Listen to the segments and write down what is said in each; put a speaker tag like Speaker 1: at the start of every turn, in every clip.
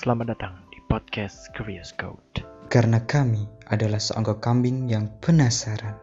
Speaker 1: Selamat datang di podcast Curious Code.
Speaker 2: Karena kami adalah seonggok kambing yang penasaran.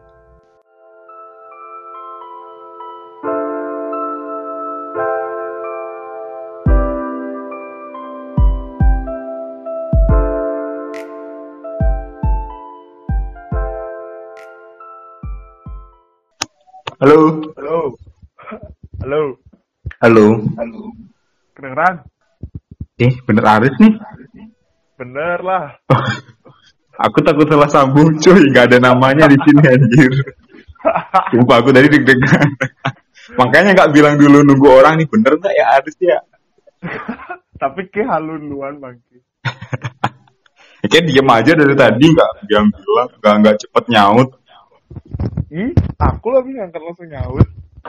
Speaker 3: Halo.
Speaker 4: Halo. Halo.
Speaker 3: Halo.
Speaker 4: Kedengeran?
Speaker 3: Bener Aris nih.
Speaker 4: Bener lah.
Speaker 3: Aku takut salah sambung, cuy. Gak ada namanya di sini, anjir. Sumpah aku tadi deg-degan. Makanya gak bilang dulu nunggu orang nih. Bener gak ya Aris ya?
Speaker 4: Tapi ke haluluan bangki.
Speaker 3: Kayak diem aja dari tadi. Gak bilang. Gak cepet nyaut.
Speaker 4: Aku lagi ngangkat langsung nyaut.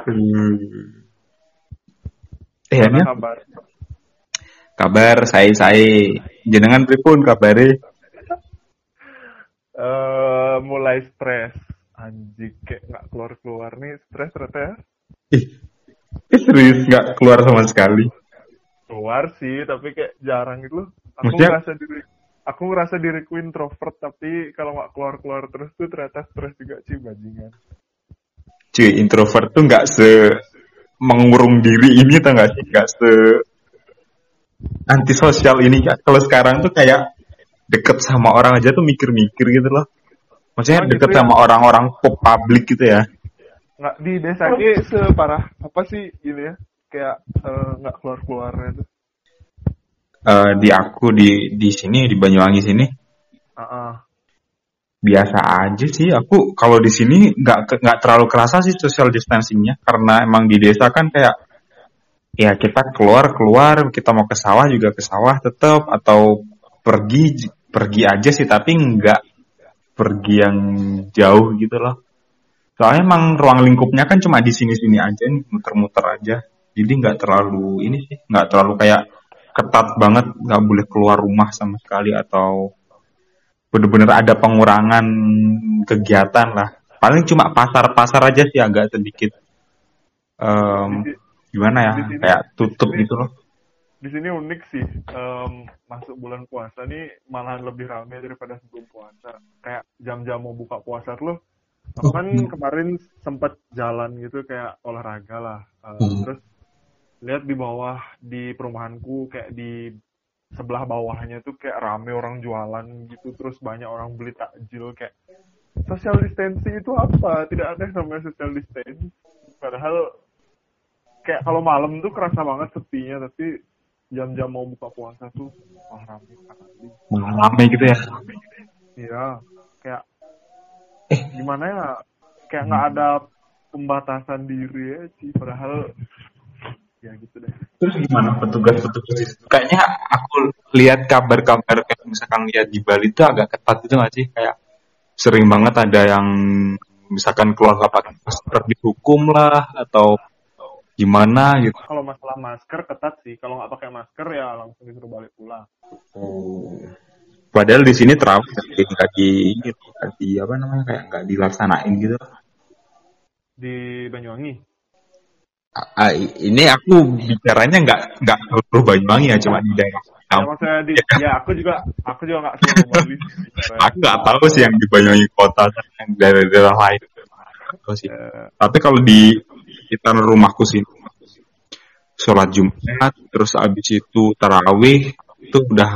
Speaker 3: Ini
Speaker 4: Kabar.
Speaker 3: Kabar saya jenengan pripun kabare?
Speaker 4: Mulai stres. Anjing kayak nggak keluar nih stres ternyata ya.
Speaker 3: Serius nggak keluar sama sekali.
Speaker 4: Keluar sih tapi kayak jarang gitu loh.
Speaker 3: Maksudnya?
Speaker 4: Aku ngerasa diriku introvert tapi kalau nggak keluar terus tuh ternyata stres juga sih bajingan.
Speaker 3: Cuy, introvert tuh nggak mengurung diri ini tau nggak sih? Nggak antisosial ini. Kalau sekarang tuh kayak deket sama orang aja tuh mikir-mikir gitu loh. Maksudnya deket
Speaker 4: gitu ya?
Speaker 3: sama orang-orang publik gitu ya.
Speaker 4: Nggak di desa ini separah apa sih ini ya? Kayak nggak keluarnya tuh.
Speaker 3: Di aku di sini di Banyuwangi sini biasa aja sih. Aku kalau di sini nggak terlalu kerasa sih social distancingnya karena emang di desa kan kayak ya kita keluar kita mau ke sawah juga ke sawah tetap atau pergi aja sih tapi nggak pergi yang jauh gitu loh. Soalnya emang ruang lingkupnya kan cuma di sini aja nih muter-muter aja. Jadi nggak terlalu ini sih nggak terlalu kayak ketat banget nggak boleh keluar rumah sama sekali atau bener-bener ada pengurangan kegiatan lah. Paling cuma pasar aja sih agak sedikit gimana ya
Speaker 4: Di sini-
Speaker 3: kayak tutup
Speaker 4: di sini-
Speaker 3: gitu loh.
Speaker 4: Di sini unik sih, masuk bulan puasa nih malahan lebih ramai daripada sebelum puasa. Kayak jam-jam mau buka puasa tuh, aku kan kemarin sempat jalan gitu kayak olahraga lah. Terus lihat di bawah di perumahanku kayak di sebelah bawahnya tuh kayak rame orang jualan gitu, terus banyak orang beli takjil kayak social distancing itu apa? Tidak ada yang namanya social distancing. Padahal kayak kalau malam tuh kerasa banget sepinya, tapi jam-jam mau buka puasa tuh
Speaker 3: Rame gitu ya.
Speaker 4: iya kayak gimana ya, kayak nggak ada pembatasan diri ya sih, padahal ya gitu deh.
Speaker 3: Terus gimana petugas itu? Kayaknya aku lihat kabar-kabar kayak misalkan lihat di Bali itu agak ketat gitu nggak sih? Kayak sering banget ada yang misalkan keluar nggak pakai masker dihukum lah atau gimana gitu.
Speaker 4: Kalau masalah masker ketat sih, kalau nggak pakai masker ya langsung disuruh balik pulang.
Speaker 3: Padahal di sini terawih nggak di apa namanya kayak nggak dilaksanain gitu.
Speaker 4: Di Banyuwangi.
Speaker 3: Ini aku bicaranya nggak seluruh Banyuwangi ya cuma di daerah.
Speaker 4: Ya, maksudnya aku juga nggak selalu Bali.
Speaker 3: Aku nggak tahu sih yang di Banyuwangi kota dan yang daerah lain. Tahu sih. Tapi kalau di sekitar rumahku sih sholat Jumat terus abis itu tarawih itu udah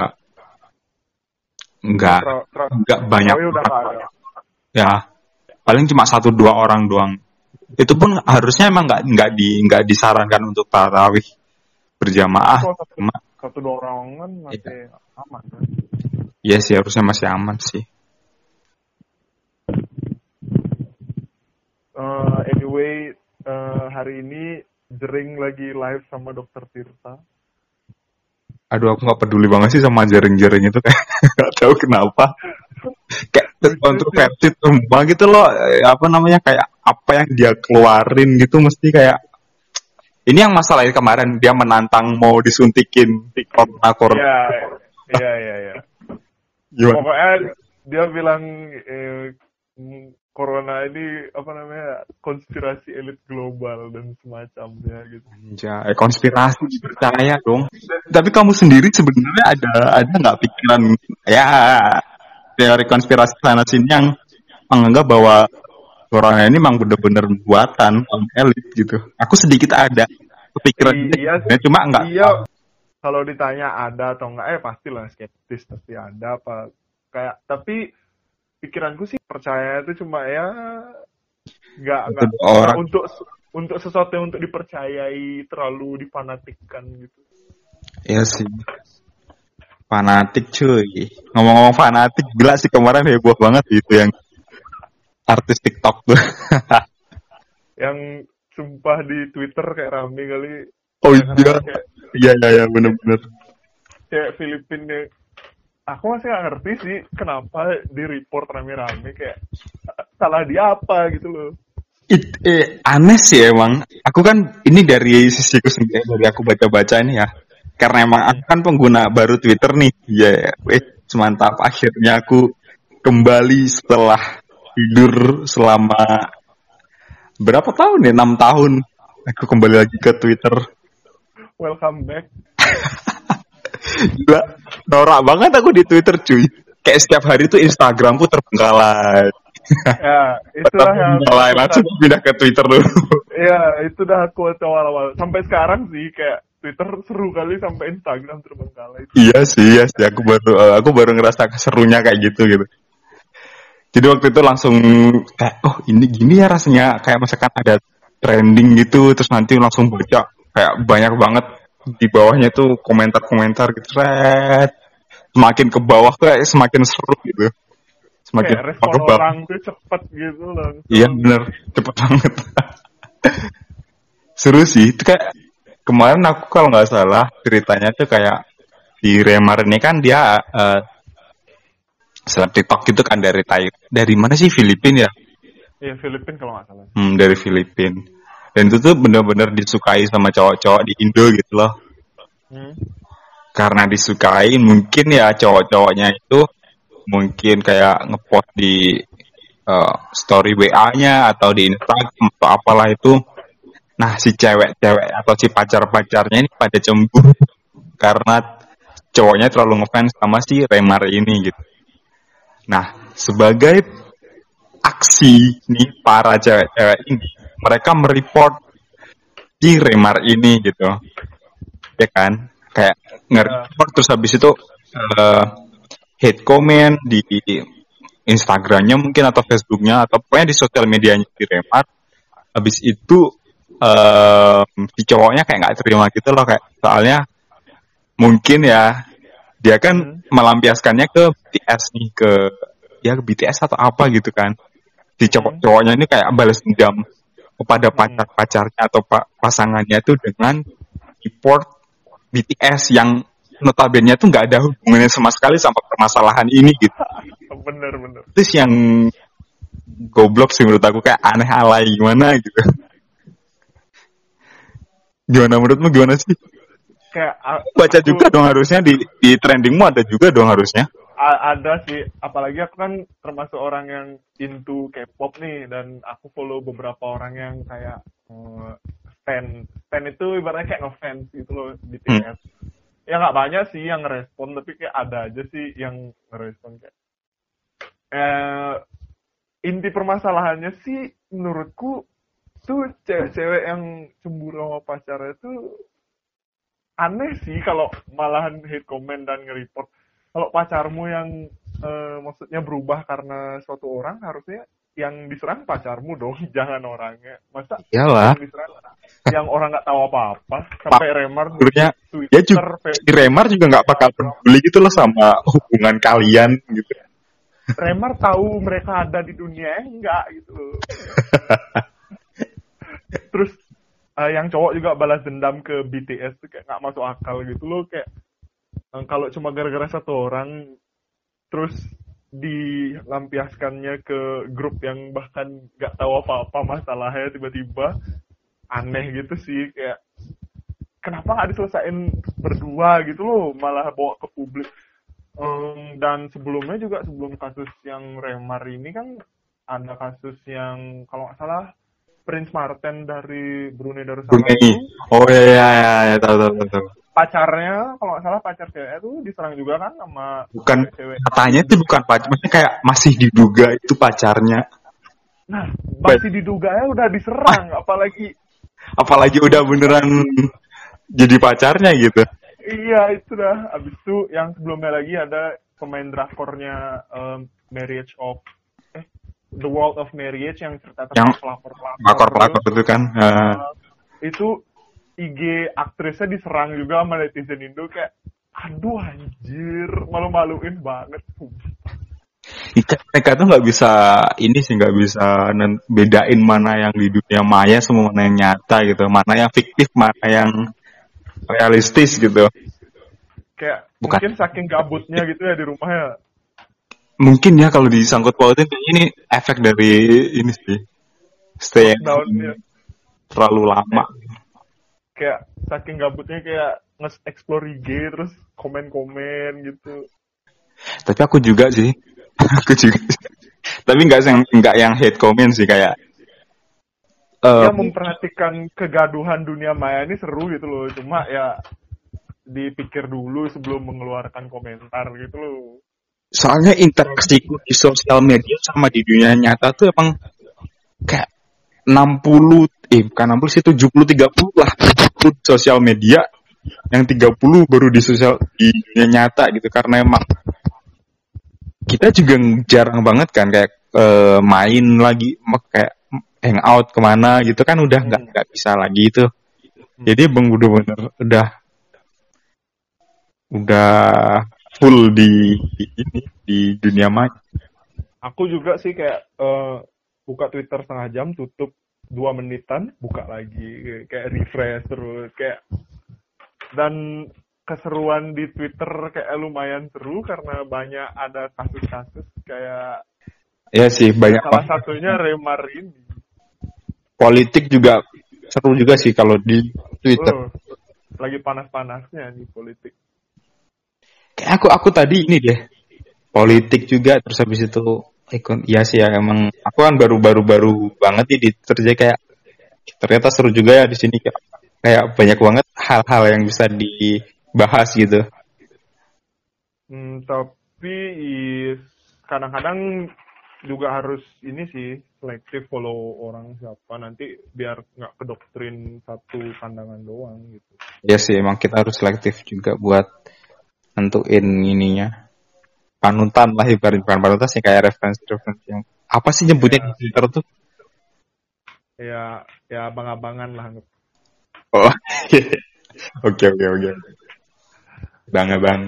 Speaker 3: nggak banyak
Speaker 4: Tapi udah nggak ada.
Speaker 3: ya paling cuma 1-2 orang doang. Itu pun harusnya emang nggak disarankan untuk tarawih berjamaah.
Speaker 4: Kalau satu dua orang kan masih aman kan?
Speaker 3: Iya sih harusnya masih aman sih.
Speaker 4: Anyway, hari ini Jering lagi live sama Dokter Tirta.
Speaker 3: Aduh aku nggak peduli banget sih sama jaring-jaring itu kayak nggak tahu kenapa kayak kontroversi semua gitu loh. Apa namanya kayak apa yang dia keluarin gitu mesti kayak ini yang masalah kemarin dia menantang mau disuntikin corona.
Speaker 4: Iya.
Speaker 3: Gimana?
Speaker 4: Pokoknya dia bilang corona ini apa namanya konspirasi elit global dan semacamnya gitu.
Speaker 3: Anjay, konspirasi percaya dong. Tapi kamu sendiri sebenarnya ada nggak pikiran ya teori konspirasi sana sini yang menganggap bahwa corona ini memang benar-benar buatan orang elit gitu. Aku sedikit ada kepikiran
Speaker 4: Iya,
Speaker 3: cuma enggak.
Speaker 4: iya. Kalau ditanya ada atau enggak, pastilah skeptis, pasti ada apa. Kayak tapi pikiranku sih percaya itu cuma ya enggak
Speaker 3: Orang
Speaker 4: untuk sesuatu yang untuk dipercayai terlalu difanatikkan gitu.
Speaker 3: ya sih. Fanatik cuy. Ngomong-ngomong fanatik, gila sih kemarin heboh banget gitu yang artis TikTok tuh.
Speaker 4: Yang sumpah di Twitter kayak rame kali.
Speaker 3: Oh iya. Iya bener-bener.
Speaker 4: Kayak Filipina. Aku masih nggak ngerti sih kenapa di report rame-rame kayak salah dia apa gitu loh.
Speaker 3: Aneh sih emang. Aku kan ini dari sisiku sendiri, dari aku baca-baca ini ya. Karena emang aku kan pengguna baru Twitter nih. Ya, semantap. Akhirnya aku kembali setelah tidur selama berapa tahun ya? 6 tahun. Aku kembali lagi ke Twitter.
Speaker 4: Welcome back.
Speaker 3: Gila, norak banget aku di Twitter cuy. Kayak setiap hari tuh Instagramku terbengkalai.
Speaker 4: Ya, itulah yang
Speaker 3: Langsung pindah ke Twitter dulu.
Speaker 4: Iya, itu dah aku awal-awal. Sampai sekarang sih kayak Twitter seru kali sampai Instagram terbengkalai.
Speaker 3: Iya sih. Aku baru ngerasa serunya kayak gitu. Jadi waktu itu langsung kayak ini gini ya rasanya, kayak misalkan ada trending gitu, terus nanti langsung baca kayak banyak banget di bawahnya tuh komentar-komentar gitu. Semakin ke bawah kayak semakin seru gitu. Semakin
Speaker 4: kayak respon orang tuh cepet gitu loh.
Speaker 3: Iya bener, cepet banget. Seru sih. Itu kayak kemarin aku kalau nggak salah ceritanya tuh kayak di Remar ini kan dia seleb TikTok gitu kan dari mana sih, Filipina ya?
Speaker 4: Iya, Filipina kalau nggak salah.
Speaker 3: Dari Filipina. Dan itu tuh bener-bener disukai sama cowok-cowok di Indo gitu loh. Karena disukai mungkin ya cowok-cowoknya itu mungkin kayak ngepost di story WA-nya atau di Instagram atau apalah itu. Nah, si cewek-cewek atau si pacar-pacarnya ini pada cemburu karena cowoknya terlalu ngefans sama si Remar ini gitu. Nah, sebagai aksi nih para cewek-cewek ini, mereka mereport di Remar ini gitu. Ya kan? Kayak nge-report terus habis itu hate comment di Instagramnya mungkin atau Facebooknya atau pokoknya di sosial medianya di Remar. Habis itu si cowoknya kayak nggak terima gitu loh, kayak soalnya mungkin ya dia kan melampiaskannya ke BTS nih, ke BTS atau apa gitu kan. Si cowoknya ini kayak balas dendam kepada pacarnya atau pasangannya itu dengan report BTS yang notabene tuh nggak ada hubungannya sama sekali sama permasalahan ini gitu.
Speaker 4: Bener.
Speaker 3: Terus yang goblok sih menurut aku, kayak aneh alay gimana gitu. Gimana menurutmu, gimana sih?
Speaker 4: Kayak
Speaker 3: Baca juga dong harusnya di trendingmu ada juga dong harusnya.
Speaker 4: Ada sih, apalagi aku kan termasuk orang yang into K-pop nih, dan aku follow beberapa orang yang kayak stan itu ibaratnya kayak ngefans gitu loh BTS. Ya nggak banyak sih yang ngerespon, tapi kayak ada aja sih yang ngerespon kayak inti permasalahannya sih menurutku tuh cewek-cewek yang cemburu sama pacarnya tuh aneh sih kalau malahan hate comment dan nge-report. Kalau pacarmu yang maksudnya berubah karena suatu orang, harusnya yang diserang pacarmu dong, jangan orangnya. Masa
Speaker 3: Iyalah.
Speaker 4: yang diserang yang orang nggak tahu apa-apa sampai Remar
Speaker 3: Twitter, ya juga, si Remar juga nggak bakal peduli gitu loh sama hubungan kalian gitu.
Speaker 4: Remar tahu mereka ada di dunia enggak gitu. Terus yang cowok juga balas dendam ke BTS tuh kayak nggak masuk akal gitu loh, kayak kalau cuma gara-gara satu orang terus dilampiaskannya ke grup yang bahkan nggak tahu apa-apa masalahnya, tiba-tiba aneh gitu sih, kayak kenapa nggak diselesain berdua gitu loh, malah bawa ke publik. Dan sebelumnya juga, sebelum kasus yang Remar ini kan ada kasus yang kalau nggak salah Prince Martin dari Brunei Darussalam
Speaker 3: Brunei.
Speaker 4: itu
Speaker 3: Oh iya, tahu.
Speaker 4: pacarnya, kalau nggak salah pacar ceweknya tuh diserang juga kan sama
Speaker 3: Bukan,
Speaker 4: cewek.
Speaker 3: katanya itu bukan pacar, maksudnya kayak masih diduga itu pacarnya.
Speaker 4: Nah, masih diduga ya udah diserang,
Speaker 3: Apalagi udah beneran jadi pacarnya gitu.
Speaker 4: iya itu dah. Abis itu yang sebelumnya lagi ada pemain drakornya The World of Marriage yang cerita tentang
Speaker 3: Yang pelakor itu kan.
Speaker 4: Itu IG aktrisnya diserang juga sama netizen Indo kayak aduh anjir, malu-maluin banget.
Speaker 3: Mereka tuh nggak bisa bedain mana yang di dunia maya sama mana yang nyata gitu, mana yang fiktif, mana yang realistis gitu.
Speaker 4: Kayak
Speaker 3: Bukan.
Speaker 4: mungkin saking gabutnya gitu ya di rumah ya.
Speaker 3: Mungkin ya kalau disangkut pautin ini efek dari ini sih, stay at
Speaker 4: Lockdown
Speaker 3: home
Speaker 4: ya.
Speaker 3: terlalu lama.
Speaker 4: Kayak saking gabutnya kayak nge-explore IG terus komen-komen gitu.
Speaker 3: Tapi aku juga sih. Tapi nggak yang hate comment sih, kayak
Speaker 4: Ya memperhatikan kegaduhan dunia maya ini seru gitu loh. Cuma ya dipikir dulu sebelum mengeluarkan komentar gitu loh.
Speaker 3: soalnya interaksi di sosial media sama di dunia nyata tuh emang kayak 70 sih, 70-30 lah. 70 sosial media, yang 30 baru di dunia nyata gitu, karena emang kita juga jarang banget kan kayak main lagi, kayak hangout kemana gitu kan udah nggak bisa lagi itu. Jadi bang bener-bener udah full di dunia maya.
Speaker 4: Aku juga sih kayak buka Twitter setengah jam, tutup 2 menitan, buka lagi, kayak refresh terus kayak. Dan keseruan di Twitter kayak lumayan seru karena banyak ada kasus-kasus kayak
Speaker 3: Ya sih, banyak
Speaker 4: salah
Speaker 3: banget.
Speaker 4: satunya Remar ini.
Speaker 3: Politik juga seru juga sih kalau di Twitter.
Speaker 4: Lagi panas-panasnya nih politik.
Speaker 3: Kayak aku tadi ini deh, politik juga, terus habis itu iya sih ya, emang aku kan baru banget nih di Twitter, kayak ternyata seru juga ya di sini, kayak banyak banget hal-hal yang bisa dibahas gitu.
Speaker 4: Tapi kadang-kadang juga harus ini sih, selektif follow orang siapa, nanti biar nggak kedoktrin satu pandangan doang gitu.
Speaker 3: Ya sih, emang kita harus selektif juga buat nentuin ininya, panutan lah, bukan panutan sih, kayak referensi yang apa sih nyebutnya di Twitter tuh?
Speaker 4: Ya abang-abangan lah.
Speaker 3: Oh, oke. Bang.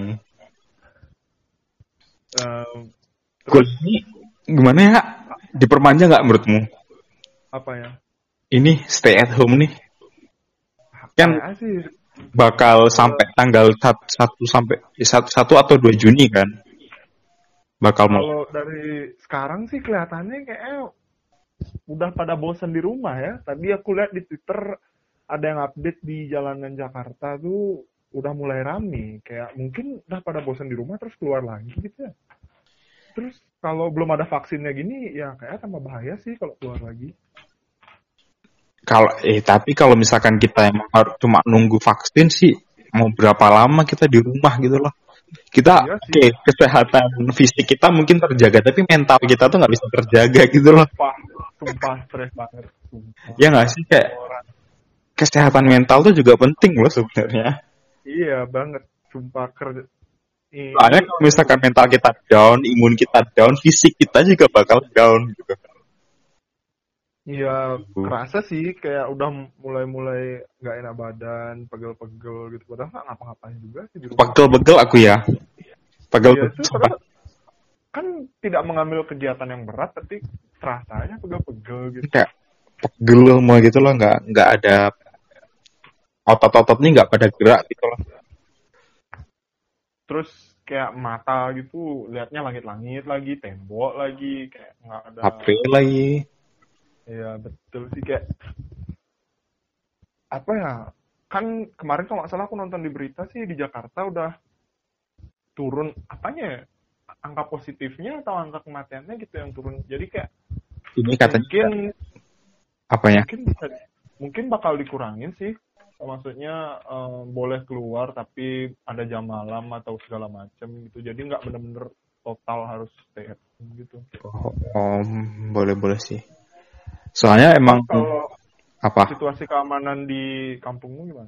Speaker 4: Terus
Speaker 3: ini gimana ya? Diperpanjang nggak menurutmu?
Speaker 4: apa ya?
Speaker 3: Ini stay at home nih. Kan
Speaker 4: Kayak sih
Speaker 3: bakal sampai tanggal 1 atau 2 Juni kan? Bakal mau.
Speaker 4: kalau dari sekarang sih kelihatannya kayak udah pada bosan di rumah ya. Tadi aku lihat di Twitter ada yang update di jalanan Jakarta tuh udah mulai rame. Kayak mungkin udah pada bosan di rumah terus keluar lagi gitu ya. Terus kalau belum ada vaksinnya gini ya kayak tambah bahaya sih kalau keluar lagi.
Speaker 3: Tapi kalau misalkan kita emang harus cuma nunggu vaksin sih, mau berapa lama kita di rumah gitu loh. Kita
Speaker 4: Iya
Speaker 3: kesehatan fisik kita mungkin terjaga, tapi mental kita tuh nggak bisa terjaga gitu loh.
Speaker 4: Sumpah stres banget. Sumpah.
Speaker 3: Ya nggak sih, kayak kesehatan mental tuh juga penting loh sebenarnya.
Speaker 4: Iya banget, sumpah kerja.
Speaker 3: Soalnya kalau misalkan mental kita down, imun kita down, fisik kita juga bakal down gitu.
Speaker 4: Iya, kerasa sih kayak udah mulai nggak enak badan, pegel-pegel gitu. Padahal nggak ngapa-ngapain juga sih di rumah.
Speaker 3: Pegel-pegel aku ya.
Speaker 4: Iya, itu padahal kan tidak mengambil kegiatan yang berat, tapi terasanya pegel-pegel gitu.
Speaker 3: Kayak pegel semua gitu loh, nggak ada otot-ototnya nggak pada gerak gitu loh.
Speaker 4: Terus kayak mata gitu, liatnya langit-langit lagi, tembok lagi, kayak nggak ada.
Speaker 3: HP lagi.
Speaker 4: Iya betul sih, kayak apa ya? Kan kemarin kalau nggak salah aku nonton di berita sih di Jakarta udah turun apanya ya? Angka positifnya atau angka kematiannya gitu yang turun. Jadi kayak
Speaker 3: ini katanya
Speaker 4: Mungkin
Speaker 3: apa ya?
Speaker 4: mungkin bakal dikurangin sih. Maksudnya boleh keluar tapi ada jam malam atau segala macam gitu. Jadi nggak bener-bener total harus stay at home gitu.
Speaker 3: Boleh sih. Soalnya emang
Speaker 4: Kalau
Speaker 3: apa?
Speaker 4: situasi keamanan di kampungmu gimana?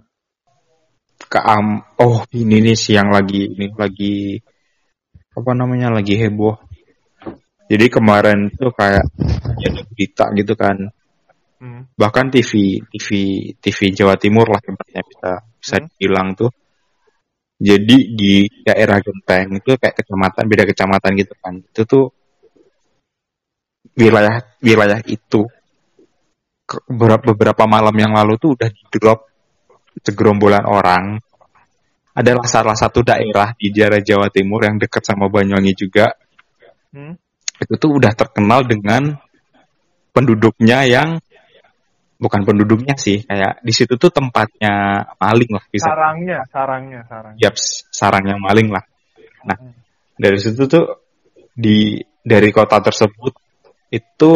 Speaker 3: Ini nih sih yang lagi apa namanya lagi heboh. Jadi kemarin tuh kayak ya ada berita gitu kan. Bahkan TV Jawa Timur lah tempatnya bisa dibilang tuh. Jadi di daerah Genteng itu kayak beda kecamatan gitu kan. Itu tuh wilayah itu beberapa malam yang lalu tuh udah di-drop segerombolan orang. Adalah salah satu daerah di daerah Jawa Timur yang dekat sama Banyuwangi juga. Itu tuh udah terkenal dengan penduduknya yang bukan penduduknya sih, kayak di situ tuh tempatnya maling lah bisa.
Speaker 4: Sarangnya.
Speaker 3: Yap, sarangnya maling lah. Nah, dari situ tuh dari kota tersebut itu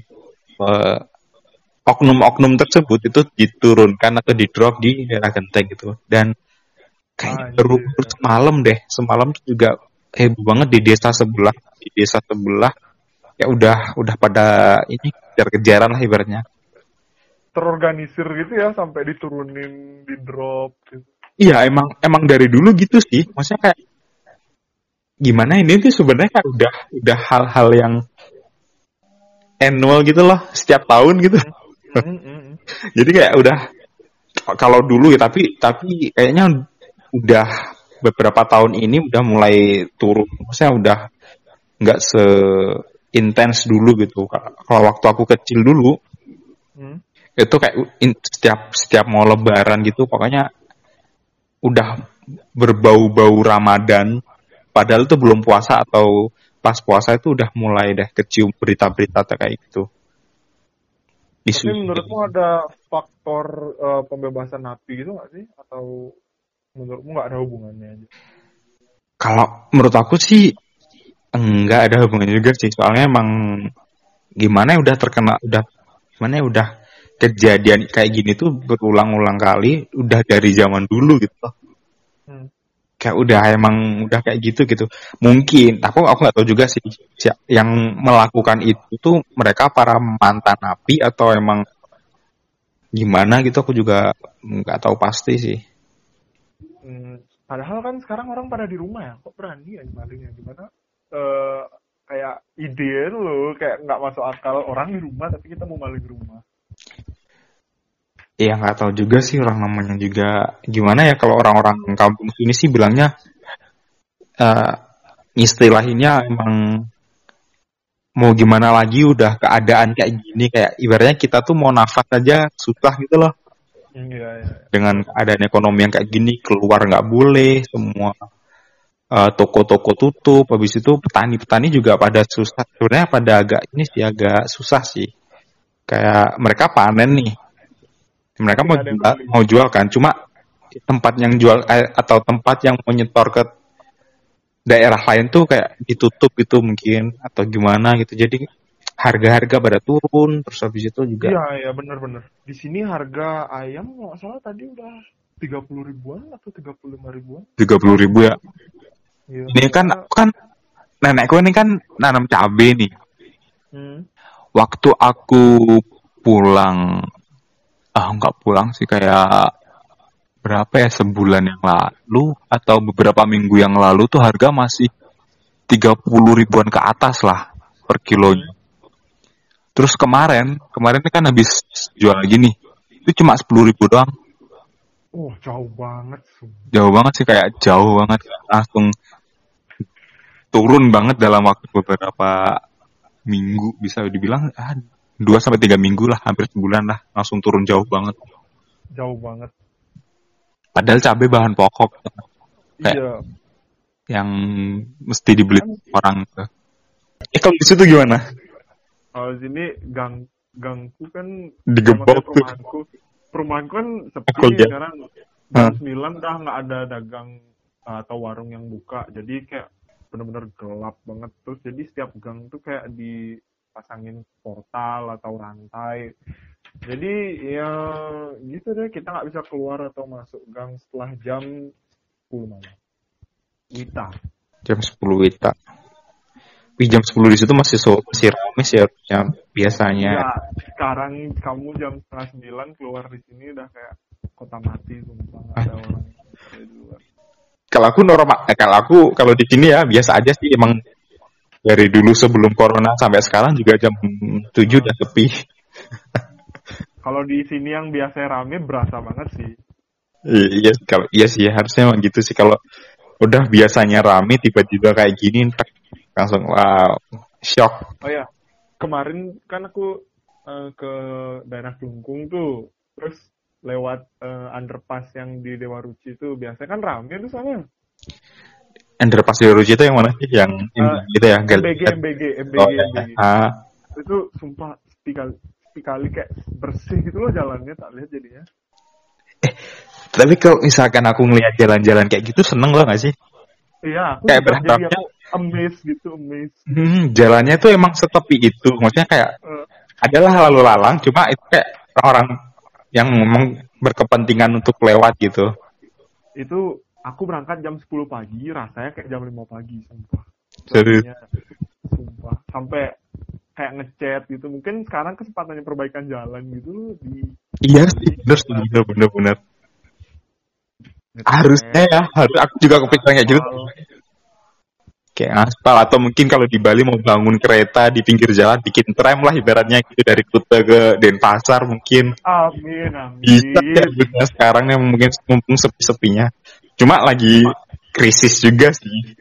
Speaker 3: oknum-oknum tersebut itu diturunkan atau di-drop di daerah Genteng gitu. Dan kayak baru semalam tuh juga heboh banget di desa sebelah ya udah pada ini kejar-kejaran lah ibaratnya.
Speaker 4: Terorganisir gitu ya sampai diturunin, di drop gitu.
Speaker 3: Iya, emang dari dulu gitu sih. Maksudnya kayak gimana ini tuh sebenarnya kan udah hal-hal yang annual gitu loh, setiap tahun gitu. Jadi kayak udah kalau dulu ya tapi kayaknya udah beberapa tahun ini udah mulai turun. Maksudnya udah nggak seintens dulu gitu. Kalau waktu aku kecil dulu itu kayak setiap mau lebaran gitu pokoknya udah berbau-bau Ramadan, padahal itu belum puasa atau pas puasa itu udah mulai deh kecium berita-berita kayak gitu.
Speaker 4: Tapi menurutmu ada faktor pembebasan napi gitu nggak sih? Atau menurutmu nggak ada hubungannya aja?
Speaker 3: Kalau menurut aku sih enggak ada hubungannya juga sih, soalnya emang gimana ya udah kejadian kayak gini tuh berulang-ulang kali udah dari zaman dulu gitu loh. Kayak udah kayak gitu. Mungkin aku nggak tahu juga sih yang melakukan itu tuh mereka para mantan napi atau emang gimana gitu, aku juga nggak tahu pasti sih.
Speaker 4: Padahal kan sekarang orang pada di rumah ya, kok berani ya malingnya gimana? Kayak ide loh, kayak nggak masuk akal orang di rumah tapi kita mau maling di rumah.
Speaker 3: Iya nggak tahu juga sih, orang namanya juga gimana ya, kalau orang-orang kampung sini sih bilangnya istilahinnya emang mau gimana lagi, udah keadaan kayak gini, kayak ibaratnya kita tuh mau nafas aja susah gitu loh.
Speaker 4: Iya.
Speaker 3: Dengan keadaan ekonomi yang kayak gini, keluar nggak boleh, semua toko-toko tutup, habis itu petani juga pada susah, sebenarnya pada agak susah sih. Kayak mereka panen nih, mereka mau jual kan, cuma tempat yang jual atau tempat yang mau nyetor ke daerah lain tuh kayak ditutup gitu mungkin atau gimana gitu, jadi harga pada turun, terus habis itu juga.
Speaker 4: Iya benar. Di sini harga ayam nggak salah tadi udah 30 ribuan atau 35 ribuan.
Speaker 3: 30 ribu ya.
Speaker 4: Iya,
Speaker 3: ini kan nenekku ini kan nanam cabai nih. Waktu aku pulang, nggak pulang sih, kayak berapa ya, sebulan yang lalu atau beberapa minggu yang lalu tuh harga masih 30 ribuan ke atas lah per kilonya. Terus kemarin kan habis jual lagi nih, itu cuma 10 ribu doang.
Speaker 4: Jauh banget.
Speaker 3: Jauh banget sih, kayak jauh banget, langsung turun banget dalam waktu beberapa minggu, bisa dibilang 2-3 minggu lah, hampir sebulan lah, langsung turun jauh banget. Padahal cabai bahan pokok.
Speaker 4: Iya.
Speaker 3: Yang mesti dibeli orang. Kalau di situ gimana?
Speaker 4: Kalau sini gangku kan
Speaker 3: digebok tuh.
Speaker 4: Perumahanku kan sepi sekarang. Jam 9 udah nggak ada dagang atau warung yang buka. Jadi kayak benar-benar gelap banget. Terus jadi setiap gang tuh kayak pasangin portal atau rantai. Jadi ya gitu deh, kita nggak bisa keluar atau masuk gang setelah jam 10 malam. Wita.
Speaker 3: Jam 10 Wita. Tapi jam 10 di situ masih ramai sih harusnya biasanya.
Speaker 4: Ya, sekarang kamu jam setengah 9 keluar di sini udah kayak kota mati, sumpah nggak ada orang di luar.
Speaker 3: Kalau aku normal, kalau di sini ya biasa aja sih, emang dari dulu sebelum corona sampai sekarang juga jam 7 udah sepi.
Speaker 4: Kalau di sini yang biasa rame berasa banget sih.
Speaker 3: Iya sih harusnya emang gitu sih, kalau udah biasanya rame tiba-tiba kayak gini langsung wow, shock.
Speaker 4: Oh ya, kemarin kan aku ke daerah Kelungkung tuh, terus lewat underpass yang di Dewa Ruci itu biasanya kan rame tuh sana.
Speaker 3: Underpass di Ruci itu yang mana sih? Yang gitu ya?
Speaker 4: MBG.
Speaker 3: Oh, ya.
Speaker 4: Itu sumpah sepi kali kayak bersih gitu loh jalannya, tak lihat jadinya.
Speaker 3: Tapi kalau misalkan aku ngelihat jalan-jalan kayak gitu seneng loh gak sih?
Speaker 4: Iya, aku
Speaker 3: kayak
Speaker 4: juga jadi
Speaker 3: berharapnya
Speaker 4: aku amazed.
Speaker 3: jalannya tuh emang setepi itu, maksudnya kayak adalah lalu lalang, cuma itu kayak orang yang memang berkepentingan untuk lewat gitu.
Speaker 4: Itu aku berangkat jam 10 pagi, rasanya kayak jam 5 pagi, sumpah.
Speaker 3: Serius?
Speaker 4: Sumpah. Sampai kayak ngechat gitu. Mungkin sekarang kesempatannya perbaikan jalan gitu di.
Speaker 3: Iya sih, bener. Harusnya ya, aku juga kepikiran kayak gitu. Kayak aspal, atau mungkin kalau di Bali mau bangun kereta di pinggir jalan, bikin tram lah ibaratnya gitu, dari Kuta ke Denpasar mungkin.
Speaker 4: Amin.
Speaker 3: Bisa ya, sekarang yang mungkin mumpung sepi-sepinya. Cuma lagi krisis juga sih.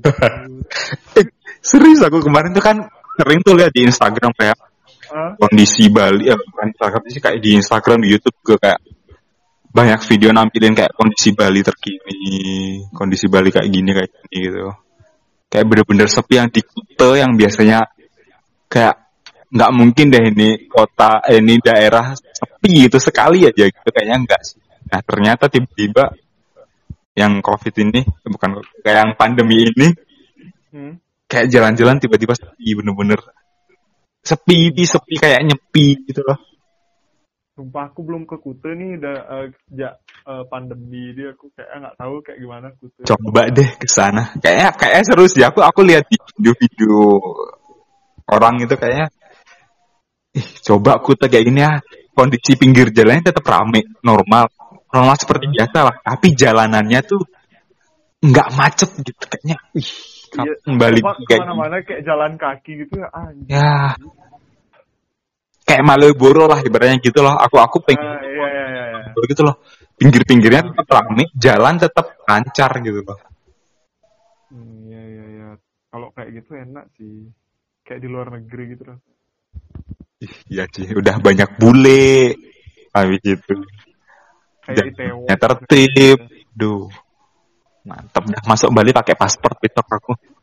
Speaker 3: Serius, aku kemarin tuh kan sering tuh lihat di Instagram kayak kondisi Bali, bukan Instagram sih, kayak di Instagram, di YouTube juga kayak banyak video nampilin kayak kondisi Bali terkini, kondisi Bali kayak gini gitu. Kayak bener-bener sepi, yang di Kuta yang biasanya kayak nggak mungkin deh ini kota, ini daerah sepi itu sekali aja gitu, kayaknya enggak sih. Nah ternyata tiba-tiba yang COVID ini, bukan kayak yang pandemi ini, kayak jalan-jalan tiba-tiba sepi, bener-bener sepi kayak nyepi gitu loh.
Speaker 4: Sumpah aku belum ke Kuta nih, udah pandemi dia, aku kayak nggak tahu kayak gimana Kuta.
Speaker 3: Coba deh ke sana. Kayaknya seru sih. Aku lihat di video-video orang itu kayaknya coba Kuta kayak gini ya. Kondisi pinggir jalannya tetap rame, normal seperti biasa lah. Tapi jalanannya tuh nggak macet gitu kayaknya. Kembali kayak
Speaker 4: kemana-mana kayak jalan kaki gitu ya.
Speaker 3: Ya. Kayak Malioboro lah ibaratnya gitu loh. Aku pengen gitu loh. Pinggir-pinggirnya tetap rame, jalan tetap lancar gitu loh.
Speaker 4: Iya. Kalau kayak gitu enak sih. Kayak di luar negeri gitu loh.
Speaker 3: Iya sih, udah banyak bule. Habis gitu.
Speaker 4: Kayak Itaewon.
Speaker 3: Tertib. Duh. Mantap dah, masuk Bali pakai paspor pitok aku.